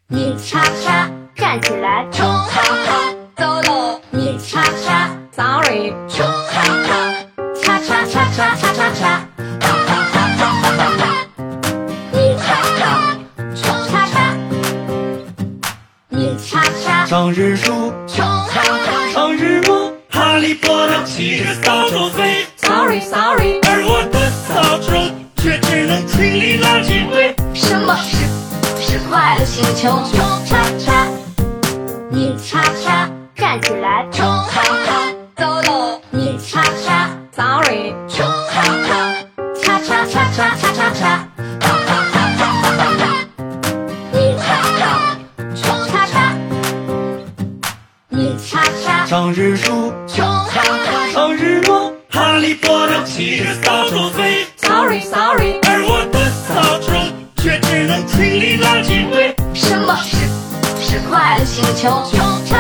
你叉叉，站起来，冲哈哈，走喽！你叉叉 ，sorry， 冲哈哈，叉叉叉叉叉叉叉，哈哈哈哈哈哈哈！你叉叉，冲叉叉，你叉叉， 上日出， 冲哈哈， 上日落，哈利波特骑着扫帚飞， sorry， 而我的扫帚却只能清理垃圾堆。 什么是快乐星球？冲叉叉，你叉叉，站起来，冲哈哈，走喽！你叉叉 ，sorry， 冲哈哈，叉叉叉叉叉叉叉，哈哈哈哈哈哈哈！你叉叉，冲叉叉，你叉叉， 上日出， 冲哈哈， 上日落，哈利波特骑着扫帚飞， sorry， 而我的扫帚却只能清理垃圾堆。 什么是快乐星球？冲叉